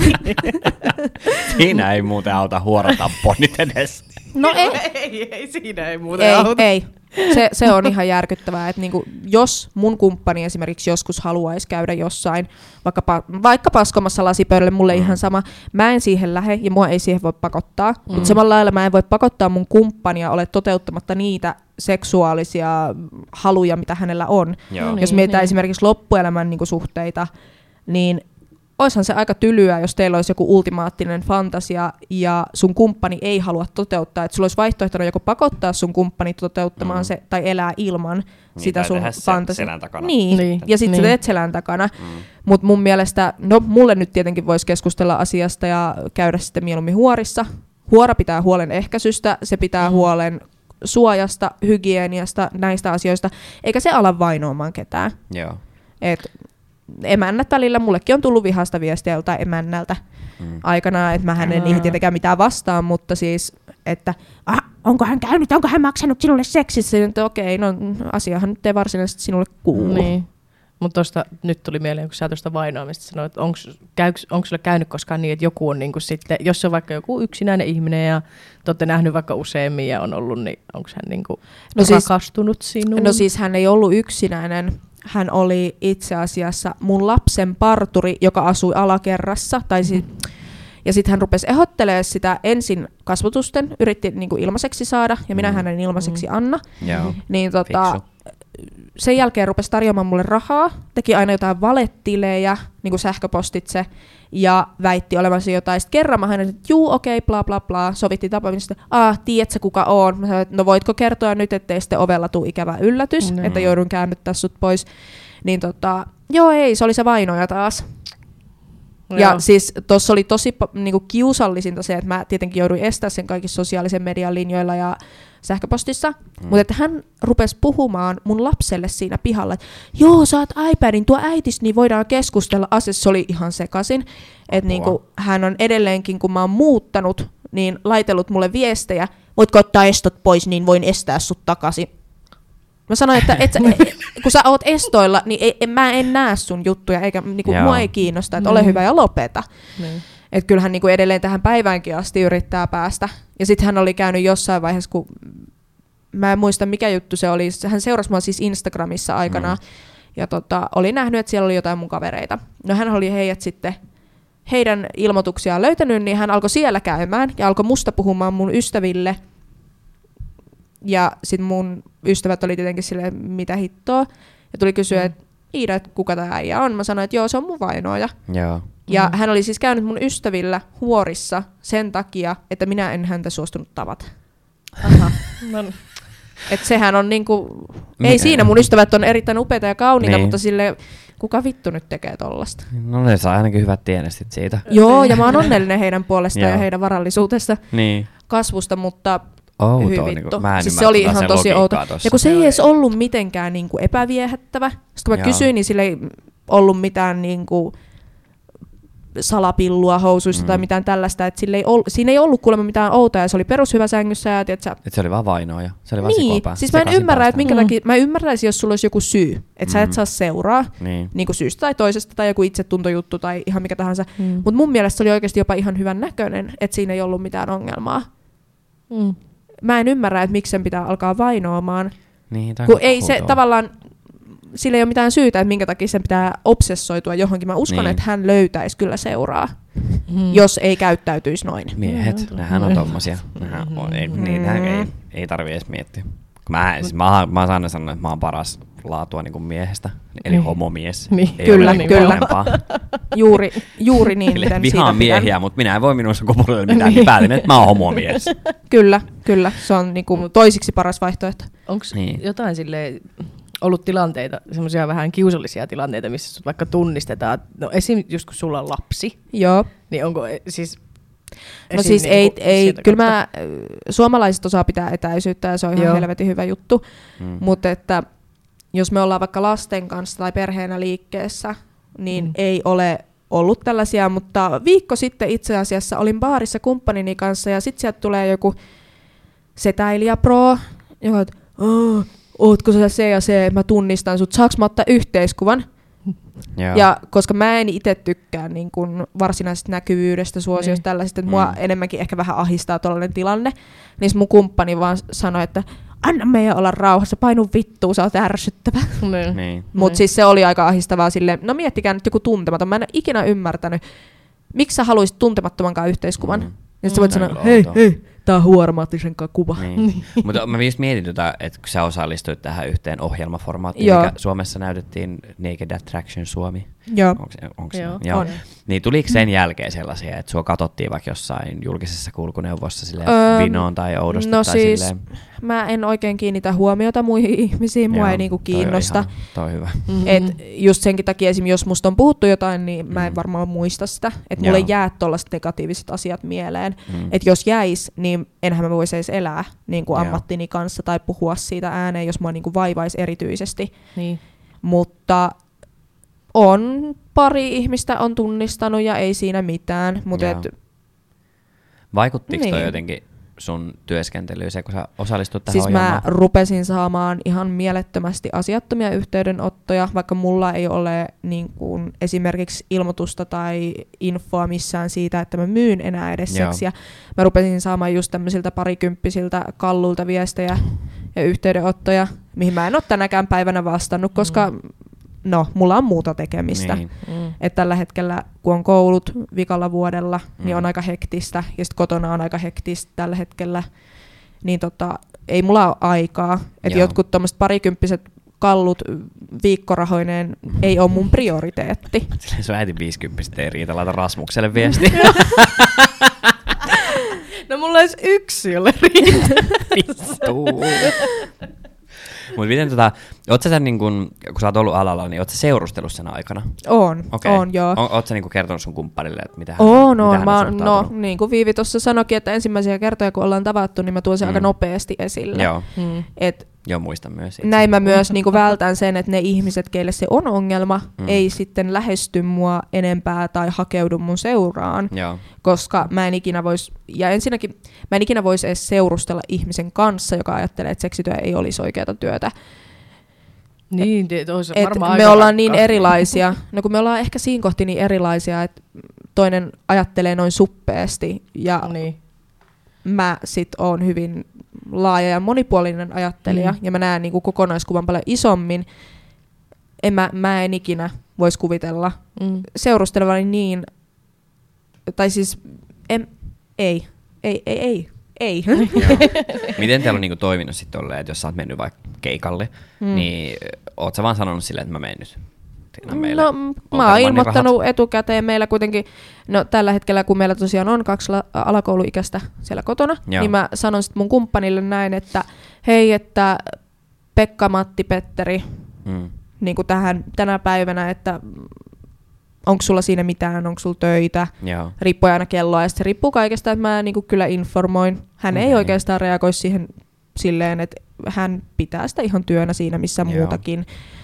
Siinä ei muuten auta huorotamponit edes. No ei, siinä ei muuten auta. Ei. Se on ihan järkyttävää, että niinku, jos mun kumppani esimerkiksi joskus haluaisi käydä jossain, vaikka paskomassa lasipöydälle, mulle ihan sama, mä en siihen lähde ja mua ei siihen voi pakottaa, mutta samalla lailla mä en voi pakottaa mun kumppania ole toteuttamatta niitä seksuaalisia haluja, mitä hänellä on. Jos mietitään esimerkiksi loppuelämän niinku suhteita, niin oishan se aika tylyä, jos teillä olisi joku ultimaattinen fantasia ja sun kumppani ei halua toteuttaa. Että sulla olisi vaihtoehtona joko pakottaa sun kumppani toteuttamaan se tai elää ilman sitä sun fantasiaa. Niin, ja sitten sä teet selän takana. Mutta mun mielestä, no mulle nyt tietenkin voisi keskustella asiasta ja käydä sitten mieluummin huorissa. Huora pitää huolen ehkäisystä, se pitää huolen suojasta, hygieniasta, näistä asioista, eikä se ala vainoamaan ketään. Joo. Et emännät välillä, mullekin on tullut vihasta viestiä joltain emännältä aikanaan, että mä en niihin tietenkään mitään vastaan, mutta siis, että onko hän käynyt, onko hän maksanut sinulle seksissä, että okei, no asiahan nyt ei varsinaisesti sinulle kuulu. Niin. Mutta tuosta nyt tuli mieleen, kun sä tuosta vainoamista sanoit, että onko sulle käynyt koskaan niin, että joku on niinku sitten, jos se on vaikka joku yksinäinen ihminen ja te olette nähnyt vaikka useammin ja on ollut, niin onko hän niinku rakastunut sinuun? No siis hän ei ollut yksinäinen. Hän oli itse asiassa mun lapsen parturi, joka asui alakerrassa. Ja sitten hän rupesi ehdottelemaan sitä ensin kasvotusten, yritti niinku ilmaiseksi saada, ja minä hänen ilmaiseksi anna. Niin sen jälkeen rupesi tarjoamaan mulle rahaa, teki aina jotain valetilejä, niin kuin sähköpostitse, ja väitti olevansa jotain. Sitten kerran mä hänen, että juu, okei, bla bla bla, sovittiin tapaamista. Tiedätkö kuka on? Mä sanoin, että no voitko kertoa nyt, ettei sitten ovella tule ikävä yllätys, että joudun käännyttää sut pois. Niin joo ei, se oli se vainoja taas. Ja siis tuossa oli tosi niinku kiusallisinta se, että mä tietenkin jouduin estämään sen kaikissa sosiaalisen median linjoilla ja sähköpostissa, mutta että hän rupesi puhumaan mun lapselle siinä pihalla, että joo, saat iPadin, tuo äitis, niin voidaan keskustella asiassa. Se oli ihan sekaisin, että niinku, hän on edelleenkin, kun mä oon muuttanut, niin laitellut mulle viestejä, voitko ottaa estot pois, niin voin estää sut takaisin. Mä sanoin, että kun sä oot estoilla, niin mä en näe sun juttuja, eikä niinku, mua ei kiinnosta, että ole hyvä ja lopeta. Että kyllähän niinku edelleen tähän päiväänkin asti yrittää päästä. Ja sitten hän oli käynyt jossain vaiheessa, kun mä en muista mikä juttu se oli, hän seurasi mua siis Instagramissa aikanaan, ja oli nähnyt, että siellä oli jotain mun kavereita. No hän oli heidät sitten, heidän ilmoituksiaan löytänyt, niin hän alkoi siellä käymään, ja alkoi musta puhumaan mun ystäville. Ja sitten mun ystävät oli tietenkin silleen, mitä hittoa. Ja tuli kysyä, että Iida, että kuka tämä äijä on. Mä sanoin, että joo, se on mun vainoaja. Joo. Ja hän oli siis käynyt mun ystävillä huorissa sen takia, että minä en häntä suostunut tavata. Aha. Että sehän on niinku, ei siinä, mun ystävät on erittäin upeita ja kauniita, mutta sille kuka vittu nyt tekee tollasta? No ne saa ainakin hyvät tienestit siitä. Joo, ja mä oon onnellinen heidän puolestaan ja heidän varallisuudesta kasvusta, mutta outoa, niin siis se oli ihan tosi outo. Ja kun se ei edes ollut mitenkään niinku epäviehättävä. Sitten kun mä kysyin, niin sillä ei ollut mitään niinku salapillua housuissa tai mitään tällaista. Että siinä ei ollut kuulemma mitään outoa ja se oli perushyvä sängyssä. Ja tiiätkö, että se oli vaan vainoja. Se oli vaan niin, siis mä en ymmärrä, että minkä takia, mä ymmärräisin, jos sulla olisi joku syy. Että sä et saa seuraa niin kuin syystä tai toisesta tai joku itsetuntojuttu tai ihan mikä tahansa. Mutta mun mielestä se oli oikeasti jopa ihan hyvän näköinen, että siinä ei ollut mitään ongelmaa. Mä en ymmärrä, että miksi sen pitää alkaa vainoamaan. Niin, kun ei se tavallaan, sillä ei ole mitään syytä, että minkä takia sen pitää obsessoitua johonkin. Mä uskon, että hän löytäisi kyllä seuraa, jos ei käyttäytyisi noin. Miehet, nehän on tommosia. Ei tarvitse edes miettiä. Mä oon aina sanonut, että mä oon paras laatua niin kuin miehestä, eli homomies. Niin. Kyllä. Juuri niin. Miten vihaan miehiä, mutta minä en voi minun sukupuolelle mitään, niin päätin, että mä oon homomies. Kyllä. Se on niin kuin toisiksi paras vaihtoehto. Onko jotain silleen ollut tilanteita, semmoisia vähän kiusallisia tilanteita, missä sut vaikka tunnistetaan? No esim. Just kun sulla on lapsi, niin onko siis... No siis ei kyllä suomalaiset osaa pitää etäisyyttä ja se on ihan helvetin hyvä juttu, mutta että jos me ollaan vaikka lasten kanssa tai perheenä liikkeessä, niin ei ole ollut tällaisia, mutta viikko sitten itse asiassa olin baarissa kumppanini kanssa ja sitten sieltä tulee joku setäilijä pro, joka ootko sä se ja se, mä tunnistan sut, saaks mä ottaa yhteiskuvan? Ja koska mä en itse tykkää niin kun varsinaisesta näkyvyydestä, suosiosta tällaisesta, että mua enemmänkin ehkä vähän ahistaa tollainen tilanne, niin mun kumppani vaan sanoi, että anna meidän olla rauhassa, painu vittuun, sä oot ärsyttävä. Mutta siis se oli aika ahistavaa silleen, no miettikää nyt joku tuntematon, mä en ole ikinä ymmärtänyt, miksi sä haluaisit tuntemattomankaan yhteiskuvan. Ja sitten voit sanoa, hei, laittaa huoromaattisenkaan kuva. Niin. Mutta mä just mietin, että kun sä osallistuit tähän yhteen ohjelmaformaattiin, mikä Suomessa näytettiin Naked Attraction Suomi. Joo. Onko se? Joo. Niin tuliko sen jälkeen sellaisia, että sua katsottiin vaikka jossain julkisessa kulkuneuvossa vinoon tai oudosti? No tai siis silleen? Mä en oikein kiinnitä huomiota muihin ihmisiin, mua ei niinku kiinnosta. Toi hyvä. Et just senkin takia esimerkiksi, jos musta on puhuttu jotain, niin mä en varmaan muista sitä. Että mulle jää tollaiset negatiiviset asiat mieleen. Että jos jäis, niin enhän mä voisi edes elää niin kuin ammattini kanssa tai puhua siitä ääneen, jos mua niin kuin vaivaisi erityisesti. Niin. Mutta pari ihmistä on tunnistanut ja ei siinä mitään. Vaikuttiko toi jotenkin sun työskentelyyn se, kun sä osallistut tähän siis ohjelmaan? Mä rupesin saamaan ihan mielettömästi asiattomia yhteydenottoja, vaikka mulla ei ole niin kuin esimerkiksi ilmoitusta tai infoa missään siitä, että mä myyn enää edes seksiä. Mä rupesin saamaan just tämmöisiltä parikymppisiltä kallulta viestejä ja yhteydenottoja, mihin mä en ole tänäkään päivänä vastannut, koska mulla on muuta tekemistä. Niin. Et tällä hetkellä, kun on koulut vikalla vuodella, niin on aika hektistä, ja sitten kotona on aika hektistä tällä hetkellä, niin ei mulla ole aikaa. Et jotkut tommoset parikymppiset kallut viikkorahoineen ei ole mun prioriteetti. Sun äiti 50 ei riitä, laita Rasmukselle viesti. No mulla olisi yksi, jolle riittää. Mutta miten oot sä niin kun sä oot ollut alalla, niin oot sä seurustellut sen aikana? On, joo. Oot sä niin kertonut sun kumppanille, että mitä hän niin kuin Viivi tuossa sanoikin, että ensimmäisiä kertoja kun ollaan tavattu, niin mä tuon sen aika nopeasti esille. Joo. Joo, muistan myös. Näin mä myös niin kuin vältän sen, että ne ihmiset, keille se on ongelma, ei sitten lähesty mua enempää tai hakeudu mun seuraan. Joo. Koska mä en ikinä vois edes seurustella ihmisen kanssa, joka ajattelee, että seksityö ei olisi oikeata työtä. Niin, me ollaan niin erilaisia. No kun me ollaan ehkä siinä kohti niin erilaisia, että toinen ajattelee noin suppeasti ja mä sit oon hyvin laaja ja monipuolinen ajattelija ja mä näen niinku kokonaiskuvan paljon isommin. Mä en ikinä voisi kuvitella seurustelevani niin, tai siis ei. Miten teillä on niinku toiminut sitten olleen, että jos sä oot mennyt vaikka keikalle, niin oot sä vaan sanonut silleen, että mä menen nyt? No, mä oon ilmoittanut etukäteen meillä kuitenkin, tällä hetkellä kun meillä tosiaan on 2 alakouluikäistä siellä kotona, niin mä sanon sitten mun kumppanille näin, että hei, että Pekka, Matti, Petteri, niin kuin tänä päivänä, että onko sulla siinä mitään, onko sulla töitä, riippuu aina kelloa, ja se riippuu kaikesta, että mä niinku kyllä informoin. Hän ei oikeastaan reagoi siihen silleen, että hän pitää sitä ihan työnä siinä, missä muutakin.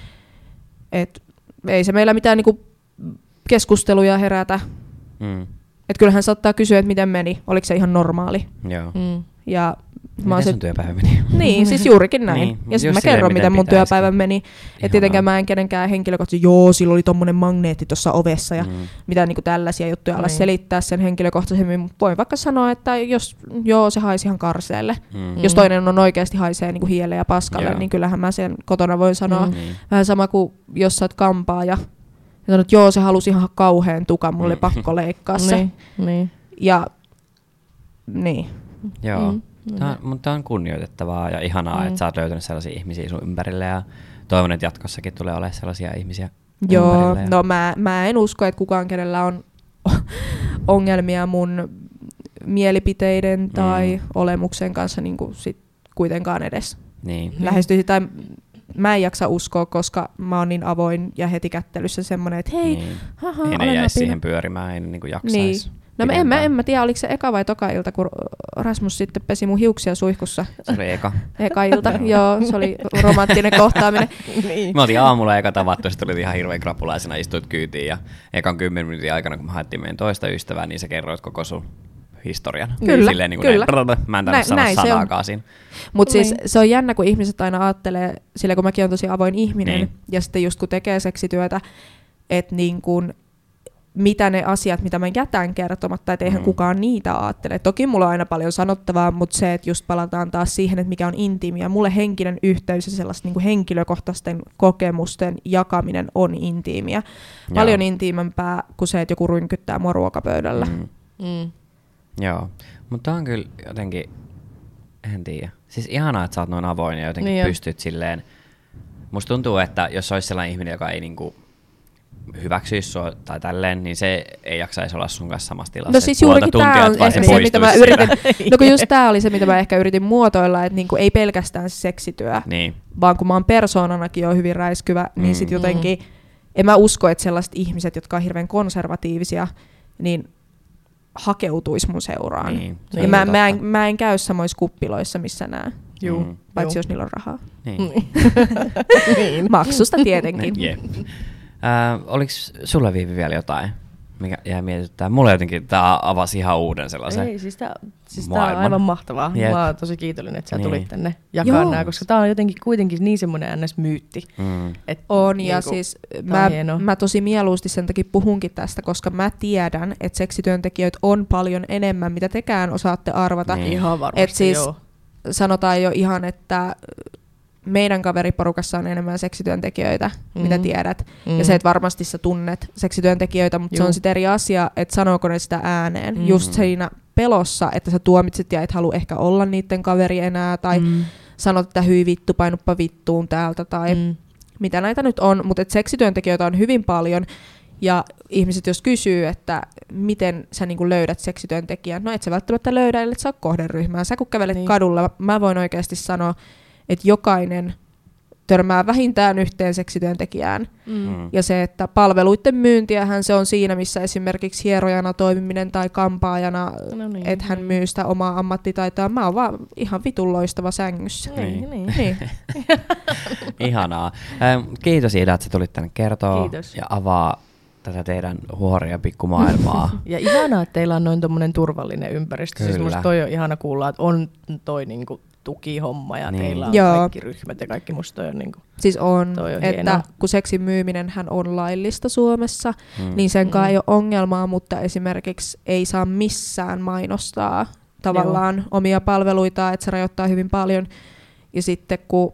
Et ei se meillä mitään niinku keskusteluja herätä. Et kyllähän saattaa kysyä, että miten meni, oliko se ihan normaali. Ja miten sun työpäivä meni? Niin, siis juurikin näin. Niin, ja sitten mä kerron, miten mun työpäivä meni. Että tietenkään mä en kenenkään henkilökohtaisesti, sillä oli tommonen magneetti tuossa ovessa ja mitään niinku tällaisia juttuja alas selittää sen henkilökohtaisemmin. Mutta voin vaikka sanoa, että jos se haisi ihan karseelle. Jos toinen on oikeasti haisee niinku hielle ja paskalle, niin kyllähän mä sen kotona voin sanoa. Vähän sama kuin jos sä oot kampaaja. Ja sanot, se halusi ihan kauhean tukan, mulle pakko leikkaa se. Ja niin. Joo. Mutta on kunnioitettavaa ja ihanaa, että sä oot löytänyt sellaisia ihmisiä sun ympärille ja toivon, että jatkossakin tulee olemaan sellaisia ihmisiä ympärille. No mä en usko, että kukaan, kenellä on ongelmia mun mielipiteiden tai olemuksen kanssa niin kuin sit kuitenkaan edes lähestyisi. Tai mä en jaksa uskoa, koska mä oon niin avoin ja heti kättelyssä semmoinen, että hei, ei jäisi siihen pyörimään, ei niin jaksaisi. No en mä tiedä, oliko se eka vai toka ilta, kun Rasmus sitten pesi mun hiuksia suihkussa. Se oli eka. Eka ilta, se oli romanttinen kohtaaminen. Me oltiin aamulla eka tavattu, sitten tulit ihan hirveän krapulaisena, istuit kyytiin ja ekan 10 minuutin aikana, kun me haettiin meidän toista ystävää, niin sä kerroit koko sun historian. Kyllä, silleen, niin kyllä. Mä en tarvitse sanoa sanaakaan siinä. Mutta siis se on jännä, kun ihmiset aina ajattelee, sillä kun mäkin on tosi avoin ihminen, ja sitten just kun tekee seksityötä, että niin kun mitä ne asiat, mitä mä jätän kertomatta, että eihän kukaan niitä ajattele. Toki mulla on aina paljon sanottavaa, mutta se, että just palataan taas siihen, että mikä on intiimiä. Mulle henkinen yhteys ja sellaisten niin kuin henkilökohtaisten kokemusten jakaminen on intiimiä. Paljon intiimempää kuin se, että joku rynkyttää mua ruokapöydällä. Joo. Mutta on kyllä jotenkin, en tiedä. Siis ihanaa, että sä oot noin avoin ja jotenkin niin pystyt silleen. Musta tuntuu, että jos olisi sellainen ihminen, joka ei niinku hyväksyisi sua tai tälleen, niin se ei jaksaisi olla sun kanssa samassa tilassa. No siis juurikin tää on ehkä se, mitä mä yritin. No kun just tää oli se, mitä mä ehkä yritin muotoilla, että niinku ei pelkästään seksityö, niin. vaan kun mä oon persoonanakin jo hyvin räiskyvä, niin sit jotenkin, en mä usko, että sellaiset ihmiset, jotka on hirveän konservatiivisia, niin hakeutuisi mun seuraan. Niin, ja mä en käy samoissa kuppiloissa, missä nää. Paitsi jos niillä on rahaa. Niin. Maksusta tietenkin. Oliko sulle, Viivi, vielä jotain, mikä jäi mietityttää? Mulle jotenkin tämä avasi ihan uuden sellaisen tää on aivan mahtavaa. Mä oon tosi kiitollinen, että sä tulit tänne jakaa nää, koska tää on jotenkin kuitenkin niin semmoinen ns-myytti. On, ja siis mä tosi mieluusti sen takia puhunkin tästä, koska mä tiedän, että seksityöntekijöitä on paljon enemmän, mitä tekään osaatte arvata. Niin. Ihan varmasti, et siis sanotaan jo ihan, että meidän kaveriporukassa on enemmän seksityöntekijöitä, mitä tiedät. Ja se, että varmasti sä tunnet seksityöntekijöitä, mutta se on sitten eri asia, että sanooko ne sitä ääneen. Just siinä pelossa, että sä tuomitset ja et halua ehkä olla niiden kaveri enää, tai sanot, että hyi vittu, painuppa vittuun täältä, tai mitä näitä nyt on. Mutta seksityöntekijöitä on hyvin paljon, ja ihmiset jos kysyy, että miten sä niinku löydät seksityöntekijän, no et sä välttämättä löydä, ellei sä ole kohderyhmää. Sä kun kävelet kadulla, mä voin oikeasti sanoa, että jokainen törmää vähintään yhteen seksityöntekijään. Ja se, että palveluiden myyntiähän se on siinä, missä esimerkiksi hierojana toimiminen tai kampaajana, että hän myy sitä omaa ammattitaitoa. Mä oon vaan ihan vitun loistava sängyssä. Niin. Ihanaa. Kiitos Ida, että sä tulit tänne kertoa ja avaa tätä teidän huoria pikkumaailmaa. Ja ihanaa, että teillä on noin tommonen turvallinen ympäristö. Kyllä. Siis musta toi on ihana kuulla, että on toi niinku tukihomma ja teillä on kaikki ryhmät ja kaikki musta on niinku. Siis on että hienoa. Kun seksin myyminenhän on laillista Suomessa, niin senkaan ei ole ongelmaa, mutta esimerkiksi ei saa missään mainostaa tavallaan omia palveluita, että se rajoittaa hyvin paljon. Ja sitten kun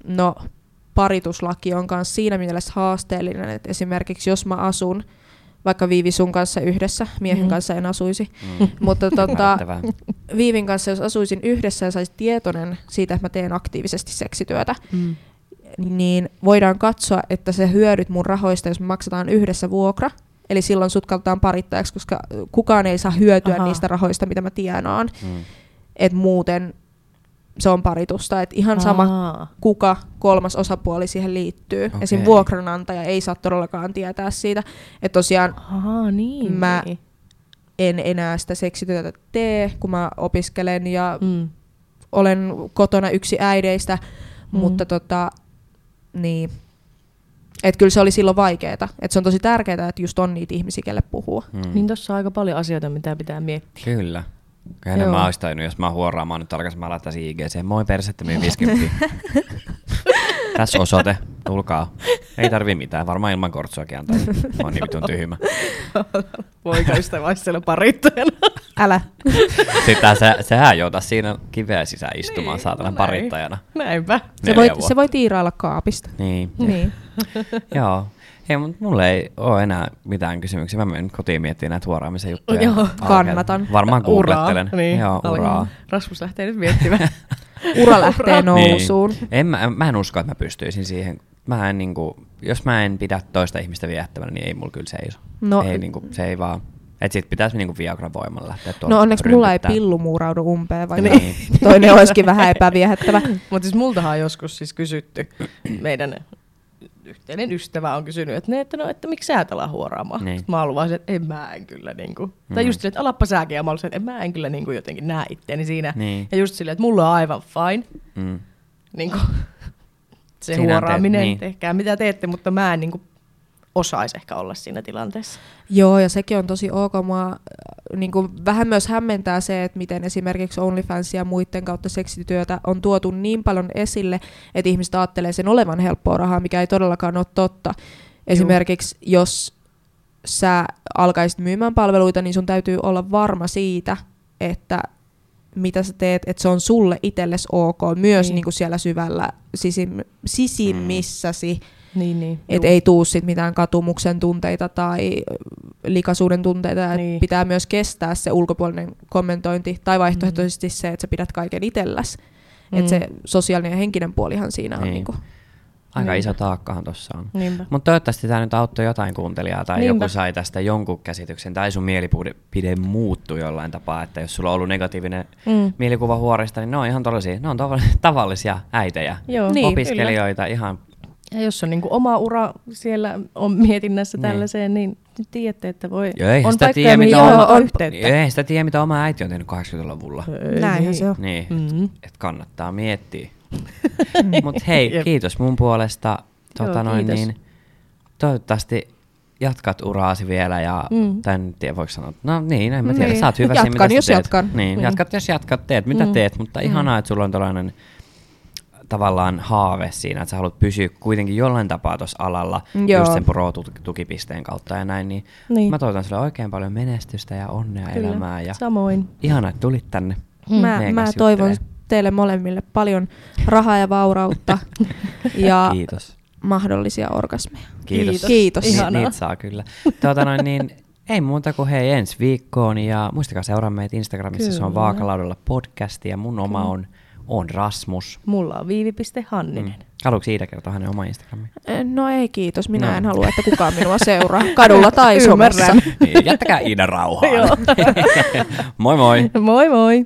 parituslaki on myös siinä mielessä haasteellinen, että esimerkiksi jos mä asun vaikka Viivi sun kanssa yhdessä, miehen kanssa en asuisi, mutta Viivin kanssa jos asuisin yhdessä ja saisit tietoinen siitä, että mä teen aktiivisesti seksityötä, niin voidaan katsoa, että se hyödyt mun rahoista, jos me maksetaan yhdessä vuokra, eli silloin sut katsotaan parittajaksi, koska kukaan ei saa hyötyä niistä rahoista, mitä mä tienaan, että muuten se on paritusta, että ihan sama kuka kolmas osapuoli siihen liittyy. Esim. Vuokranantaja ei saa todellakaan tietää siitä. Että tosiaan mä en enää sitä seksityötä tee, kun mä opiskelen ja olen kotona yksi äideistä, mutta niin. Että kyllä se oli silloin vaikeeta. Että se on tosi tärkeää, että just on niitä ihmisiä, kelle puhua. Niin tossa on aika paljon asioita, mitä pitää miettiä. Kyllä. Kyllä mä ois tainnut, jos mä huoraamaan nyt alkaisin, mä laittaisin IGC. Moi persettä, myyn 50. Tässä osoite, tulkaa. Ei tarvii mitään, varmaan ilman kortsuakin antaa. Mä oon niin vitun tyhmä. Voika ystävä olisi siellä parittajana. Älä. Sitten sehän joutaa siinä kiveä sisään istumaan saatana parittajana. Näinpä. Se voi tiirailla kaapista. Niin. Joo. Hei, mutta mulle ei ole enää mitään kysymyksiä. Mä menen kotiin miettimään näitä huoraamisen juttuja. Joo, kannatan. Varmaan googlettelen. Niin. Joo, uraa. Rasmus lähtee nyt miettimään. Ura lähtee nousuun. Niin. Mä en usko, että mä pystyisin siihen. Jos mä en pidä toista ihmistä viehättävänä, niin ei mulla kyllä seiso. Se ei vaan. Että sit pitäisi niinku Viagran voimalla lähteä tuolla. No onneksi mulla ei pillu muuraudu umpeen, vaikka toinen olisikin vähän epäviehättävä. Mutta siis multahan on joskus siis kysytty, meidän yhteinen ystävä on kysynyt, että miksi sä et ala huoraamaan? Niin. Mä oon ollut vaan että en mä en kyllä niinku. Tai just silleen, että alappa säkin, ja mä oon että en mä en kyllä niinku jotenkin näe itteeni siinä. Niin. Ja just silleen, että mulla on aivan fine. Niinku, se siinä huoraaminen, tehkää mitä teette, mutta mä en niinku osaisi ehkä olla siinä tilanteessa. Joo, ja sekin on tosi ok. Mua niinku vähän myös hämmentää se, että miten esimerkiksi OnlyFans ja muiden kautta seksityötä on tuotu niin paljon esille, että ihmiset ajattelee sen olevan helppoa rahaa, mikä ei todellakaan ole totta. Esimerkiksi jos sä alkaisit myymään palveluita, niin sun täytyy olla varma siitä, että mitä sä teet, että se on sulle itsellesi ok, myös niinku siellä syvällä sisimmissäsi. Niin. Että ei tuu sit mitään katumuksen tunteita tai likaisuuden tunteita. Niin. Pitää myös kestää se ulkopuolinen kommentointi tai vaihtoehtoisesti se, että sä pidät kaiken itselläs. Että se sosiaalinen ja henkinen puolihan siinä on niinku... Aika iso taakkahan tossa on. Mutta toivottavasti tämä nyt auttoi jotain kuuntelijaa tai joku sai tästä jonkun käsityksen tai sun mielipide muuttui jollain tapaa, että jos sulla on ollut negatiivinen mielikuva huorista, niin ne on ihan tavallisia äitejä, opiskelijoita ihan. Ja jos on niinku oma ura siellä on mietinnässä tällaiseen, niin tiedätte, että voi on paikkoja, mihin on yhteyttä. Ei sitä tiedä, mitä oma äiti on tehnyt 80-luvulla. Näinhän se on. Niin, että kannattaa miettiä. Mutta hei, kiitos mun puolesta. Niin, toivottavasti jatkat uraasi vielä ja en tiedä voiko sanoa. No niin, en mä tiedä. Sä oot hyvä siinä, mitä jos teet. jatkan. Niin, jatkat jos jatkat, teet mitä teet, mutta ihanaa, että sulla on tällainen tavallaan haave siinä, että sä haluat pysyä kuitenkin jollain tapaa tuossa alalla just sen pro-tukipisteen kautta ja näin, niin mä toivotan sulle oikein paljon menestystä ja onnea elämää. Ja samoin. Ihanaa, että tulit tänne. Mä toivon teille molemmille paljon rahaa ja vaurautta ja mahdollisia orgasmeja. Kiitos. Niitä saa kyllä. Niin, ei muuta kuin hei ensi viikkoon ja muistakaa seuraa meitä Instagramissa, se on Vaakalaudalla podcast ja mun oma on Rasmus. Mulla on Viivi.Hanninen. Haluatko Iida kertoa hänen oma Instagramin? No ei kiitos, minä en halua, että kukaan minua seuraa kadulla tai somessa. Niin, jättäkää Iida rauhaan. Moi moi! Moi moi!